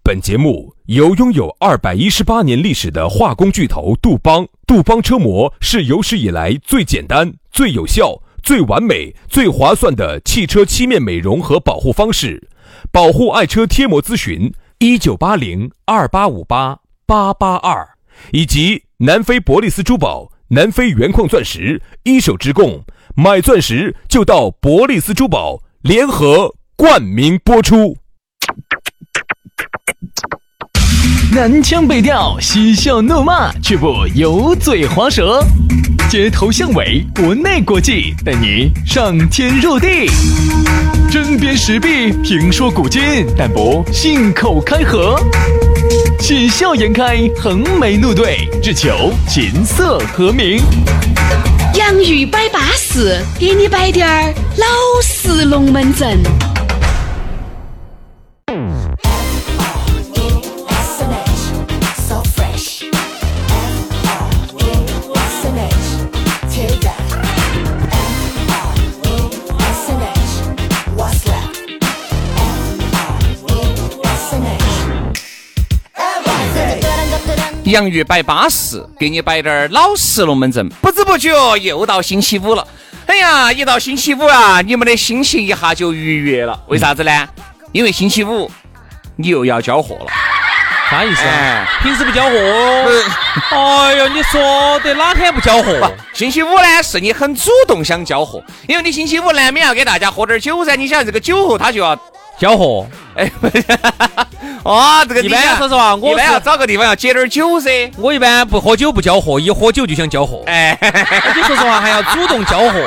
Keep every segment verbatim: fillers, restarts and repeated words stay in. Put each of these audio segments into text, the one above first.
本节目由拥有二百一十八年历史的化工巨头杜邦，杜邦车膜是有史以来最简单、最有效、最完美、最划算的汽车漆面美容和保护方式。保护爱车贴膜咨询一九八零二八五八八八二，以及南非伯利斯珠宝、南非原矿钻石一手直供，买钻石就到伯利斯珠宝，联合冠名播出。 南腔北调，嬉笑怒骂，却不油嘴滑舌，街头巷尾，国内国际，带你上天入地，针砭时弊，评说古今，但不信口开河，喜笑颜开，横眉怒对，只求琴瑟和鸣。 洋芋摆巴士，给你摆点儿老式龙门阵。 洋芋摆巴适，给你摆点老实龙门阵。不知不觉又到星期五了，哎呀，一到星期五啊，你们的心情一下就愉悦了。为啥子呢？因为星期五你又要交货了。 啥意思啊？哎、平时不交货？哎呦，你说的哪天不交货？ 星期五呢，是你很主动想交货，因为你星期五难免要给大家喝点酒噻。你想这个酒后他就要交货，哎， 哦，这个一般说实话，我一般要找个地方要接点酒噻。 我一般不喝酒不交货，一喝酒就想交货。哎，你说实话还要主动交货，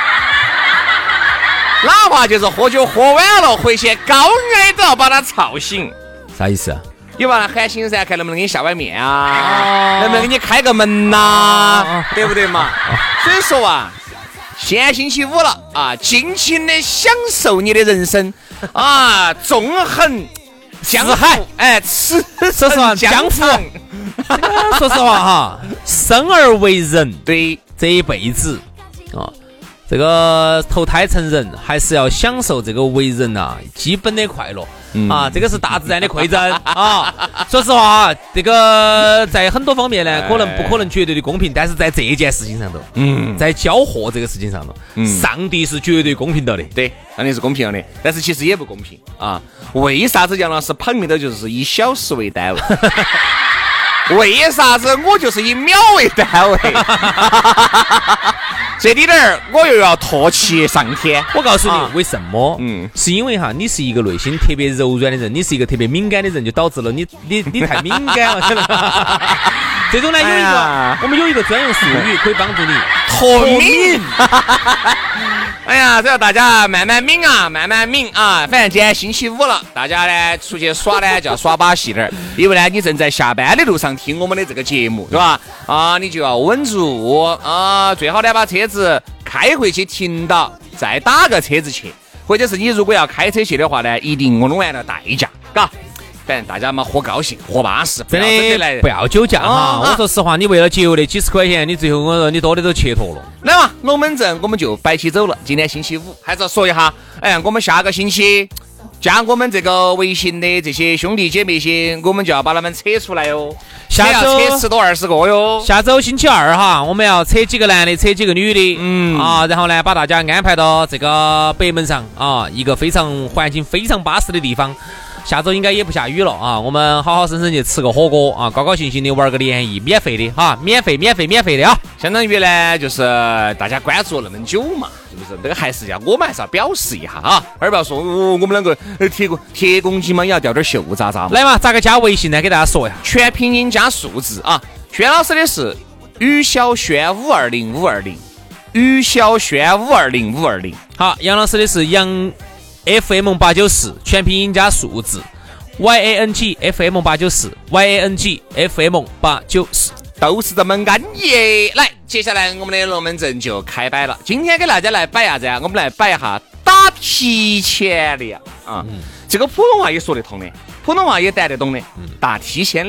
哪怕就是喝酒喝完了，回去高矮都要把他吵醒。 啥意思啊？ 你把他喊醒噻，看能不能给你下碗面啊，能不能给你开个门呐、啊，对不对嘛？所以说啊，现在星期五了啊，尽情的享受你的人生啊，纵横江海，哎，吃说实话，江湖。说实话哈，生而为人， 对这一辈子啊，这个投胎成人，还是要享受这个为人啊基本的快乐。嗯、啊，这个是大自然的馈赠啊！说实话，这个在很多方面呢，可能不可能绝对的公平，但是在这件事情上头，嗯，在交货这个事情上头，嗯，上帝是绝对公平的的， 对，上帝是公平的，但是其实也不公平啊！为啥子杨老师捧的都就是以小时为单位？为啥子我就是以秒为单位？这里点儿我又要唾弃上天。 我告诉你、啊、为什么？嗯，是因为哈，你是一个内心特别柔软的人，你是一个特别敏感的人，就导致了你你你太敏感了。这种呢有一个、哎、我们有一个专用术语可以帮助你脱敏。哎呀，只要大家慢慢抿啊，慢慢抿啊，反正今天星期五了，大家呢出去耍呢就要耍把戏点，因为呢你正在下班的路上听我们的这个节目，是吧？啊，你就要稳住啊，最好呢把车子开回去停到，再打个车子去，或者是你如果要开车去的话呢，一定弄完了代驾，嘎。反正大家嘛，喝高兴，喝巴适， 真的不要酒驾哈、哦！我说实话，你为了节约那几十块钱，你最后我说你多的都切脱了。 来嘛，龙门阵我们就摆起走了。今天星期五，还是要说一下，哎，我们下个星期加我们这个微信的这些兄弟姐妹些，我们就要把他们扯出来哟。 下周扯十多二十个哟。 下周星期二哈，我们要扯几个男的，扯几个女的，嗯啊，然后呢，把大家安排到这个北门上啊，一个非常环境非常巴适的地方。下周应该也不下雨了啊，我们好好生生去吃个火锅啊，高高兴兴的玩个联谊，免费的哈，免费免费免费的啊， 相当于呢就是大家关注了那么久嘛，是不是？这个还是要我们还是要表示一下啊，而不要说、哦、我们两个铁公铁公鸡嘛，也要掉点秀渣渣嘛。 来嘛，咋个加微信呢？给大家说一下， 全拼音加数字啊。轩老师的是于小轩五二零五二零，于小轩五二零五二零。 好，杨老师的是杨。F M 八九四全拼音加数字 Y A N G F M 八九四 Y A N G F M 八九四都是这么安逸。来，接下来我们的龙门阵就开摆了。今天给大家来摆啥子啊？我们来摆一下打提前量啊、嗯。这个普通话也说得通的，普通话也带得懂的。嗯、打提前量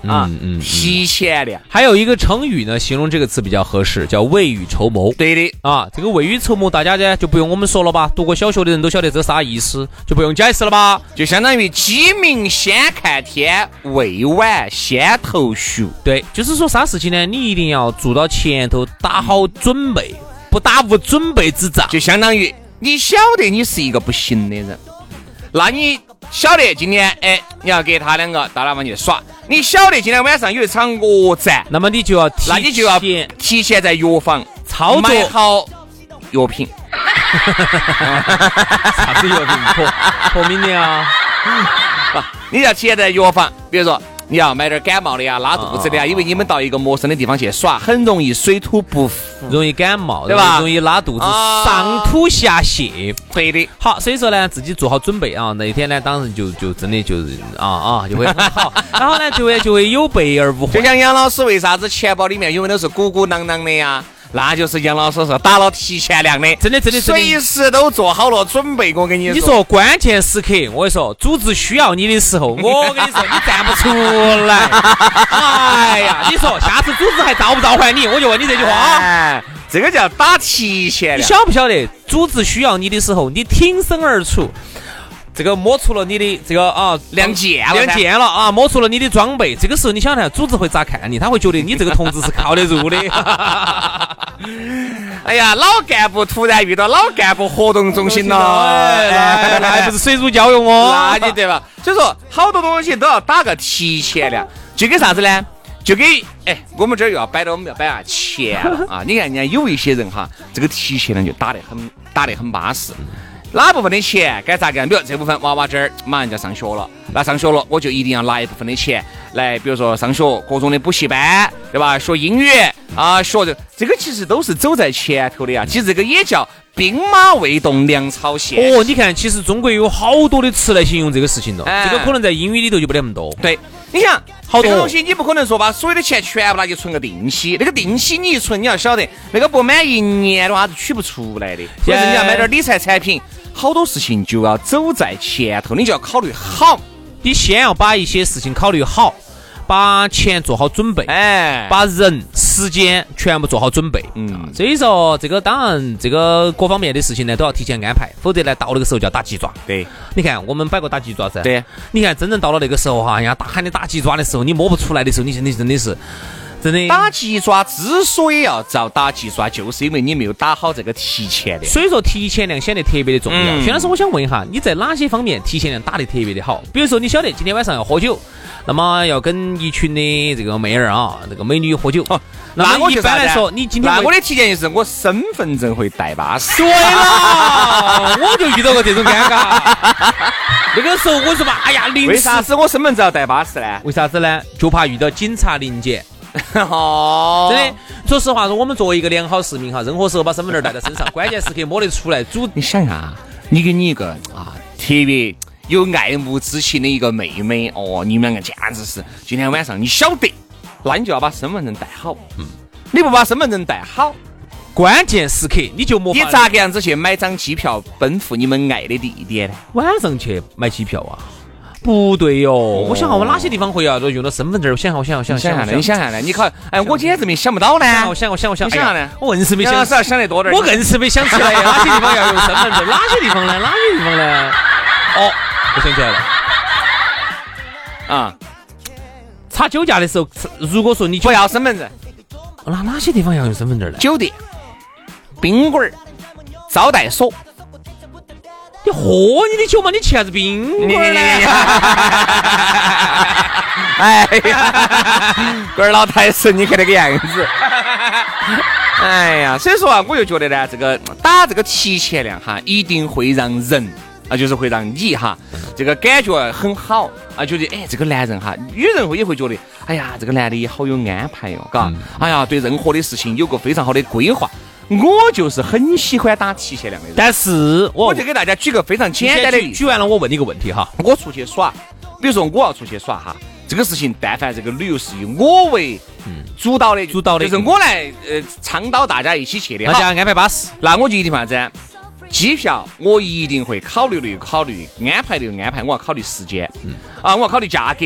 啊， 嗯嗯嗯提前量。 还有一个成语呢，形容这个词比较合适，叫未雨绸缪。 对的啊，这个未雨绸缪，大家呢就不用我们说了吧？读过小学的人都晓得这啥意思，就不用解释了吧？ 就相当于鸡鸣先看天，未晚先投宿。 对，就是说啥事情呢，你一定要做到前头打好准备，不打无准备之仗。 就相当于你晓得你是一个不行的人，那你晓得今天哎你要给他两个到那边去耍，你晓得今天晚上有一场恶战， 那么你就要提前， 那你就要提前在药房操作买好药品。 啥子药品？脱脱敏的啊？ 你要提前在药房，比如说你要买点感冒的呀、拉肚子的呀，因为你们到一个陌生的地方去耍，很容易水土不服， 容易感冒， 对吧？ 容易拉肚子， 啊、 上吐下泻。 对的。 好，所以说呢，自己做好准备啊，那一天呢，当然就就真的就是啊啊，就会很好。然后呢，就会就会有备而无患。 就像杨老师为啥子钱包里面永远都是鼓鼓囊囊的呀？那就是杨老师是打了提前量的， 真的真的真的， 随时都做好了准备。我跟你说， 你说关键时刻，我跟你说，组织需要你的时候，我跟你说，你站不出来。哎呀，你说下次组织还召不召唤你？我就问你这句话。 哎，这个叫打提前量。 你晓不晓得，组织需要你的时候，你挺身而出。这个摸出了你的这个啊亮剑了， 亮剑了啊！摸出了你的装备，这个时候你想想，组织会咋看你？他会觉得你这个同志是靠得住的。 哎呀，老干部突然遇到老干部活动中心了， 那那还不是水乳交融哦？ 那你对吧？所以说，好多东西都要打个提前量，就跟啥子呢？就给哎，我们这儿又要摆到我们要摆下钱了啊！你看人家有一些人哈，这个提前量就打得很打得很巴适。哪部分的钱该咋干？比如这部分娃娃这儿马上就要上学了，那上学了我就一定要拿一部分的钱来，比如说上学各种的补习班，对吧？学英语啊，学这这个其实都是走在前头的呀。其实这个也叫兵马未动，粮草先行。 哦，你看，其实中国有好多的词来形容这个事情了， 哎、 这个可能在英语里头就不得那么多。 对，你想好多这个东西，你不可能说把所有的钱全部拿去存个定息，那个定息你一存，你要晓得那个不满一年的话是取不出来的。所以你要买点理财产品。好多事情就要走在前头，你就要考虑好， 你先要把一些事情考虑好，把钱做好准备， 哎， 把人、时间全部做好准备。嗯，所以说这个当然这个各方面的事情呢都要提前安排，否则呢到那个时候就要打鸡爪。 对， 你看我们摆过打鸡爪噻。 对，你看真正到了那个时候哈，人家打喊你打鸡爪的时候，你摸不出来的时候，你真的真的是。真的打鸡爪之所以要遭打鸡爪，就是因为你没有打好这个提前量。 所以说提前量显得特别的重要。 嗯、 薛老师，我想问一下，你在哪些方面提前量打得特别的好？比如说，你晓得今天晚上要喝酒，那么要跟一群的这个妹儿啊，这个美女喝酒。哦， 那我一般来说，你今天那我的提前就是我身份证会带巴适。 对了，我就遇到过这种尴尬。那个时候我说吧，哎呀，临时为啥子我身份证要带巴适呢？ 为啥子呢？就怕遇到警察临检。 哦， 真的，说实话，我们作为一个良好市民哈，任何时候把身份证带在身上，关键时刻摸得出来。主， 你想呀，你跟你一个啊特别有爱慕之情的一个妹妹哦，你们两个简直是今天晚上你晓得，那你就要把身份证带好。嗯，你不把身份证带好， 关键时刻你就没法。 你咋个样子去买张机票奔赴你们爱的地点呢？ 晚上去买机票啊？不对哟、哦，我想下我哪些地方会要用到身份证？我想下，我想下，我想下，你想下呢？你考，哎，我简直没想不到呢。 我想，我想，我想， 你想呢？ 我硬是没想， 是想得多点。 我硬是没想起来哪些地方要用身份证，哪些地方呢？哪些地方呢？哦，我想起来了。 啊， 查酒驾的时候，如果说你不要身份证， 那哪些地方要用身份证呢？ 酒店、宾馆、招待所。 你喝你的酒嘛，你去啥子宾馆呢？ 哎呀，龟儿老太神，你看那个样子。哎呀，所以说啊，我就觉得呢，这个打这个提前量哈，一定会让人啊，就是会让你哈，这个感觉很好啊，觉得哎，这个男人哈，女人会也会觉得，哎呀，这个男的也好有安排哟、哦，嘎、嗯，哎呀，对任何的事情有个非常好的规划。我就是很喜欢打提前量的人， 但是我我就给大家举个非常简单的例子。 举完了，我问你个问题哈， 我出去耍，比如说我要出去耍哈，这个事情但凡这个旅游是以我为主导的， 主导的， 就是我来呃倡导大家一起去的， 大家安排巴适， 那我就一定啥子？机票我一定会考虑的考虑，安排的安排，我要考虑时间，嗯、啊，我要考虑价格，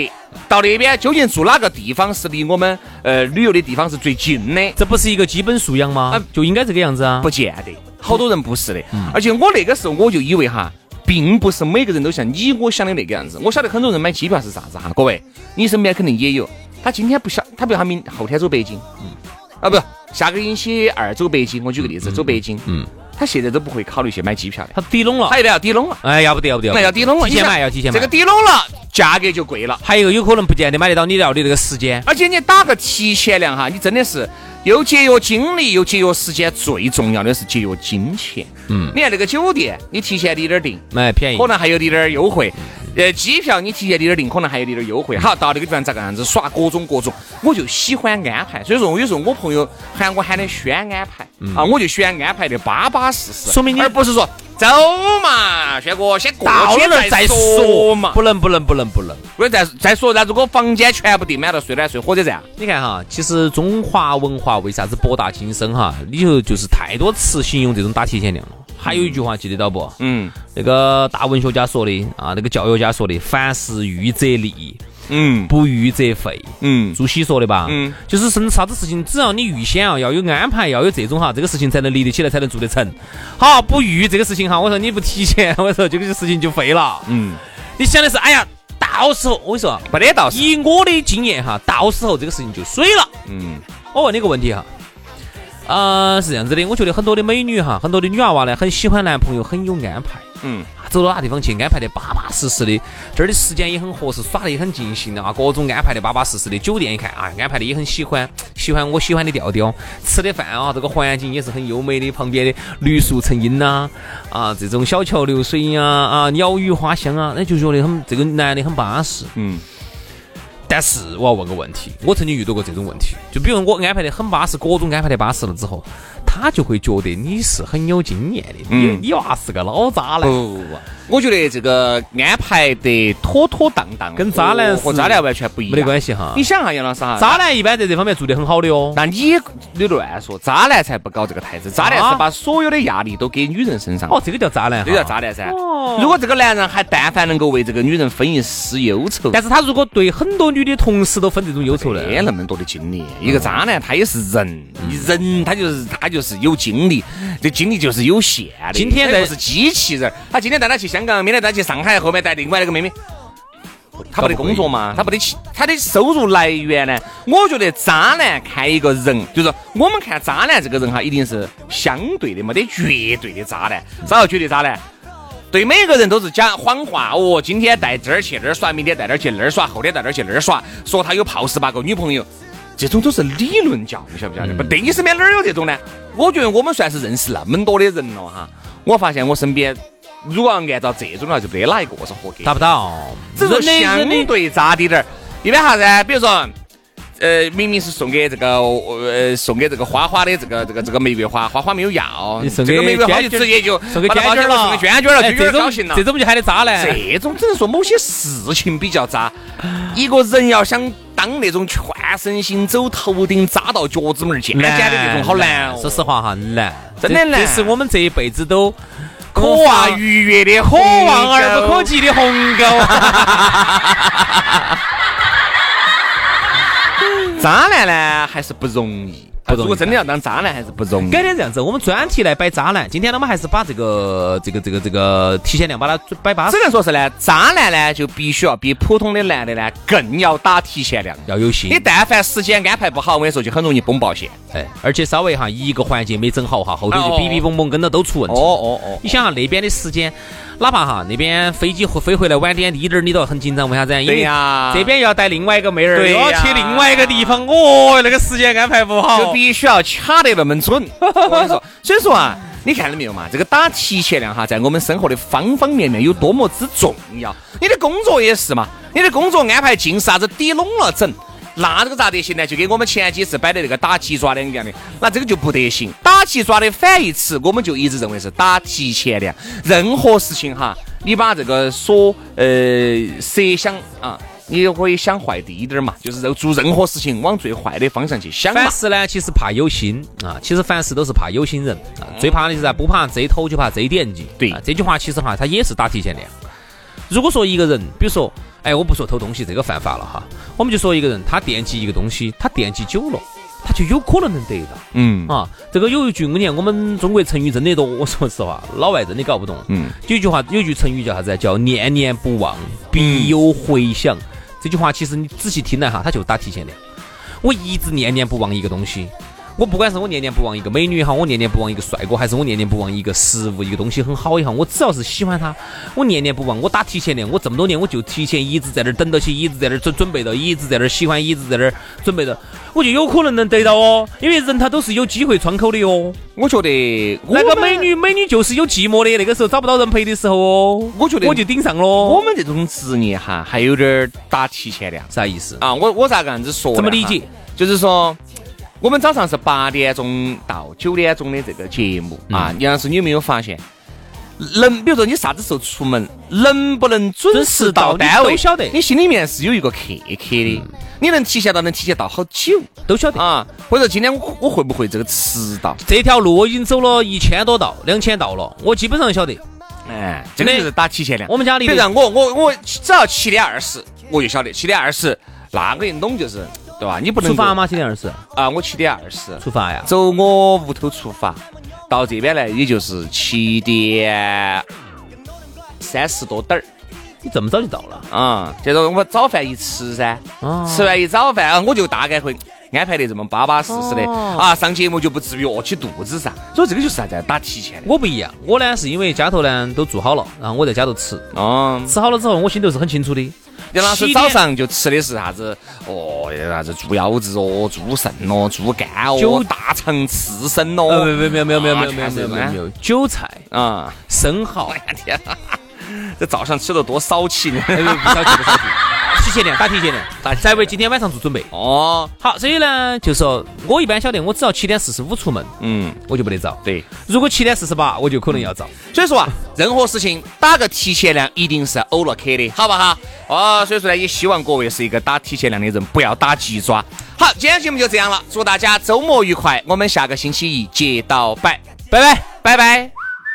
到那边究竟住哪个地方是离我们呃旅游的地方是最近的？ 这不是一个基本素养吗？ 啊就应该这个样子啊。 不见得，好多人不是的。嗯、而且我那个时候我就以为哈，并不是每个人都像你我想的那个样子。我晓得很多人买机票是啥子哈，各位，你身边肯定也有。他今天不晓，他比如他明后天走北京，嗯，啊不，下个星期二走北京。我举个例子，嗯、走北京，嗯，他现在都不会考虑去买机票的， 他抵拢了， 他一定要抵拢了。 哎，要不得，要不得， 那要抵拢了， 提前买，要提前买。 这个抵拢了，价格就贵了。 还有一个有可能不见得买得到你要的那个时间， 而且你打个提前量哈，你真的是又节约精力又节约时间，最重要的是节约金钱。嗯，你看那个酒店，你提前离点订， 买便宜， 可能还有离点优惠。呃，机票你提前离点订，可能还有离点优惠。好，到那个地方咋个样子耍各种各种，我就喜欢安排。所以说，有时候我朋友喊我喊的选安排、嗯、啊，我就喜欢安排的巴巴适适， 说明你而不是说走嘛，轩哥先过到去了再说嘛， 不能不能不能不能， 我再再说，那如果房间全部订满了，睡来睡火车站。 你看哈，其实中华文化为啥子博大精深哈？里头就是太多词形容这种打提前量了。还有一句话记得到不？嗯，那个大文学家说的啊，那个教育家说的，凡事预则立，嗯，不预则废，嗯，朱熹说的吧？嗯，就是什么啥子事情，只要你预先啊要有安排，要有这种哈，这个事情才能立得起来，才能做得成。好，不预这个事情哈，我说你不提前，我说这个事情就废了。嗯，你想的是，哎呀，到时候我跟你说， 不得到时候， 以我的经验哈，到时候这个事情就水了。嗯，我问你个问题哈。呃，是这样子的，我觉得很多的美女哈，很多的女娃娃呢，很喜欢男朋友很有安排。嗯，走到哪地方去安排的巴巴适适的，这儿的时间也很合适，耍的也很尽兴的啊，各种安排的巴巴适适的。酒店一看啊，安排的也很喜欢，喜欢我喜欢的调调。吃的饭啊，这个环境也是很优美的，旁边的绿树成荫呐，啊，这种小桥流水呀，啊，鸟语花香啊，那就觉得很这个男的很巴适。嗯。但是我要问个问题，我曾经遇到过这种问题，就比如我安排的很巴适，各种安排的巴适了之后，他就会觉得你是很有经验的，嗯、你你娃是个老渣男。 不，我觉得这个安排得妥妥当当， 跟渣男和渣男完全不一样， 没得关系哈。 你想哈，杨老师哈， 渣男一般在这方面做得很好的哦。 那你你乱说，渣男才不搞这个台子，渣男是把所有的压力都给女人身上。 哦，这个叫渣男， 这叫渣男噻。哦，如果这个男人还但凡能够为这个女人分一丝忧愁， 但是他如果对很多女的同时都分这种忧愁呢， 没那么多的精力。一个渣男他也是人，人他就是他就是有精力，这精力就是有限的。 今天在不是机器人，他今天带他去香港，明天带他去上海，后面带另外那个妹妹。他不得工作嘛，他不得他的收入来源呢？我觉得渣男看一个人，就是我们看渣男这个人哈，一定是相对的，没得绝对的渣男。啥叫绝对渣男？对每个人都是讲谎话哦，今天带这儿去那儿耍，明天带这儿去那儿耍，后天带这儿去那儿耍，说他有泡十八个女朋友，这种都是理论教，你晓不晓得？不对，你身边哪儿有这种呢？我觉得我们算是认识那么多的人了哈，我发现我身边。如果按照这种的，就没哪一个是合格， 达不到。 只是相对渣滴点儿。一般啥子？比如说，呃，明明是送给这个呃送给这个花花的这个这个这个玫瑰花，花花没有要， 你送给这个玫瑰花就直接就送给娟娟了， 送给娟娟了，娟娟高兴了。 这种就喊的渣男。 这种只能说某些事情比较渣。一个人要想当那种全身心走头顶渣到脚趾门尖尖的那种，好难哦。 说实话哈，难， 真的难。 这是我们这一辈子都。 可望逾越的可望而不可及的鸿沟。 渣男呢还是不容易，如果真的要当渣男还是不容易。 改天这样子，我们专题来摆渣男。今天呢，我们还是把这个这个这个这个提前量把它摆巴适。 只能说是呢，渣男呢就必须要比普通的男的呢更要打提前量， 要有心。 你但凡时间安排不好，我跟你说就很容易崩爆线。 哎，而且稍微哈一个环节没整好哈，后头就逼逼蹦蹦跟着都出问题。 哦哦哦！ 你想哈那边的时间，哪怕哈那边飞机飞回来晚点滴点，你都很紧张，为啥子？因为这边要带另外一个妹儿，要去另外一个地方，哦，那个时间安排不好， 就必须要卡得那么准。我跟你说，所以说啊，你看到没有嘛？这个打提前量哈，在我们生活的方方面面有多么之重要。你的工作也是嘛，你的工作安排尽是啥子抵拢了整。那这个咋得行呢？就跟我们前几次摆的那个打鸡爪两样的，那这个就不得行。打鸡爪的反义词，我们就一直认为是打提前量。任何事情哈，你把这个所呃设想啊，你也可以想坏低一点嘛，就是做任何事情往最坏的方向去想嘛。 凡事呢，其实怕有心啊，其实凡事都是怕有心人啊。最怕的就是不怕贼偷，就怕贼惦记。 对、 啊，这句话其实哈，它也是打提前量。如果说一个人，比如说哎，我不说偷东西这个犯法了哈，我们就说一个人他惦记一个东西，他惦记久了，他就有可能能得到。 嗯啊，这个有一句我念我们中国成语真的多，我说实话，老外真的搞不懂。嗯，有一句话，有一句成语叫啥子？叫念念不忘，必有回响。嗯、这句话其实你仔细听来哈，它就打提前量。我一直念念不忘一个东西。我不管是我念念不忘一个美女也好，我念念不忘一个帅哥，还是我念念不忘一个食物一个东西很好也好，我只要是喜欢它，我念念不忘，我打提前量，我这么多年我就提前一直在那儿等到起，一直在那儿准准备到，一直在那儿喜欢，一直在那儿准备的，我就有可能能得到哦，因为人他都是有机会窗口的哦。 我觉得那个美女美女就是有寂寞的，那个时候找不到人陪的时候哦， 我觉得我就顶上了。 我们这种职业哈，还有点打提前量， 啥意思啊？我我咋个样子说？ 怎么理解？ 就是说。我们早上是八点钟到九点钟的这个节目、嗯、啊，杨老师，你有没有发现，能比如说你啥子时候出门，能不能准时到单位， 都晓得， 你心里面是有一个刻刻的、嗯，你能提前到，能提前到好久， 都晓得啊。或者今天我我会不会这个迟到？ 这条路我已经走了一千多道，两千道了，我基本上晓得。 哎，这个就是打提前量。 我们家里， 比如说我我我只要七点二十，我就晓得七点二十，那个人懂就是。对吧？你不能出发吗？七点二十啊，我七点二十出发呀。 走我屋头出发，到这边来也就是七点三十多点儿。 你这么早就到了啊？接着我早饭一吃噻，哦、吃完一早饭，我就大概会安排得这么巴巴适适的、哦、啊，上节目就不至于饿起肚子噻。所以这个就是啥子？打提前的。 我不一样，我呢是因为家头呢都做好了，然后我在家头吃。哦，吃好了之后，我心头是很清楚的。 杨老师早上就吃的是啥子？哦，啥子猪腰子哦，猪肾哦，猪肝哦，大肠刺身哦。 没有没有没有没有没有没有没有没有没有韭菜啊，生蚝。 哎呀天啊！这早上吃的多骚气呢！ 不骚气不骚气。提前量，打提前量，在为今天晚上做准备。 哦， 好，所以呢，就是说我一般晓得，我只要七点四十五出门，嗯，我就不得早。 对， 如果七点四十八，我就可能要早。 所以说啊，任何事情打个提前量，一定是欧了克的，好不好？哦，所以说呢，也希望各位是一个打提前量的人，不要打鸡爪。好，今天节目就这样了，祝大家周末愉快，我们下个星期一接到拜，拜拜，拜拜。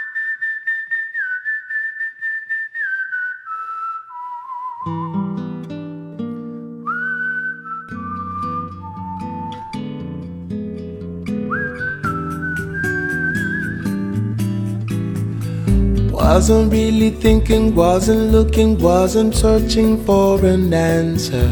Wasn't really thinking, wasn't looking, wasn't searching for an answer.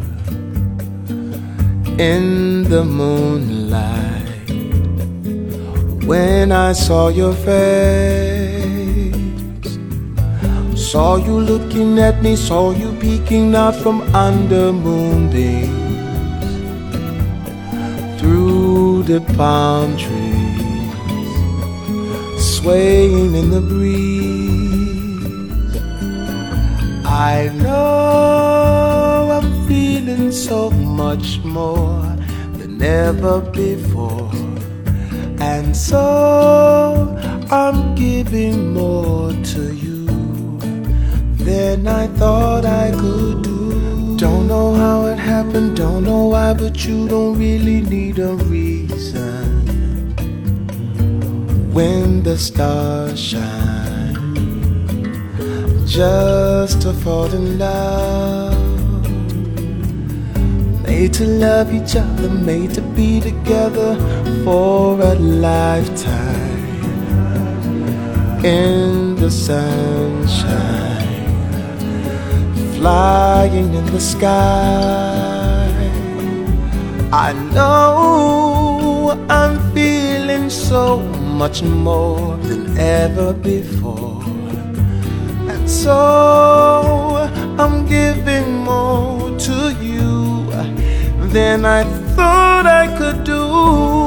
In the moonlight, when I saw your face, saw you looking at me, saw you peeking out from under moonbeams, through the palm trees, swaying in the breeze. I know I'm feeling so much more than ever before, and so I'm giving more to you than I thought I could do. Don't know how it happened, don't know why, but you don't really need a reason. When the stars shine, just to fall in love, made to love each other, made to be together for a lifetime. In the sunshine, flying in the sky, I know I'm feeling so much more than ever before, and so I'm giving more to you than I thought I could do.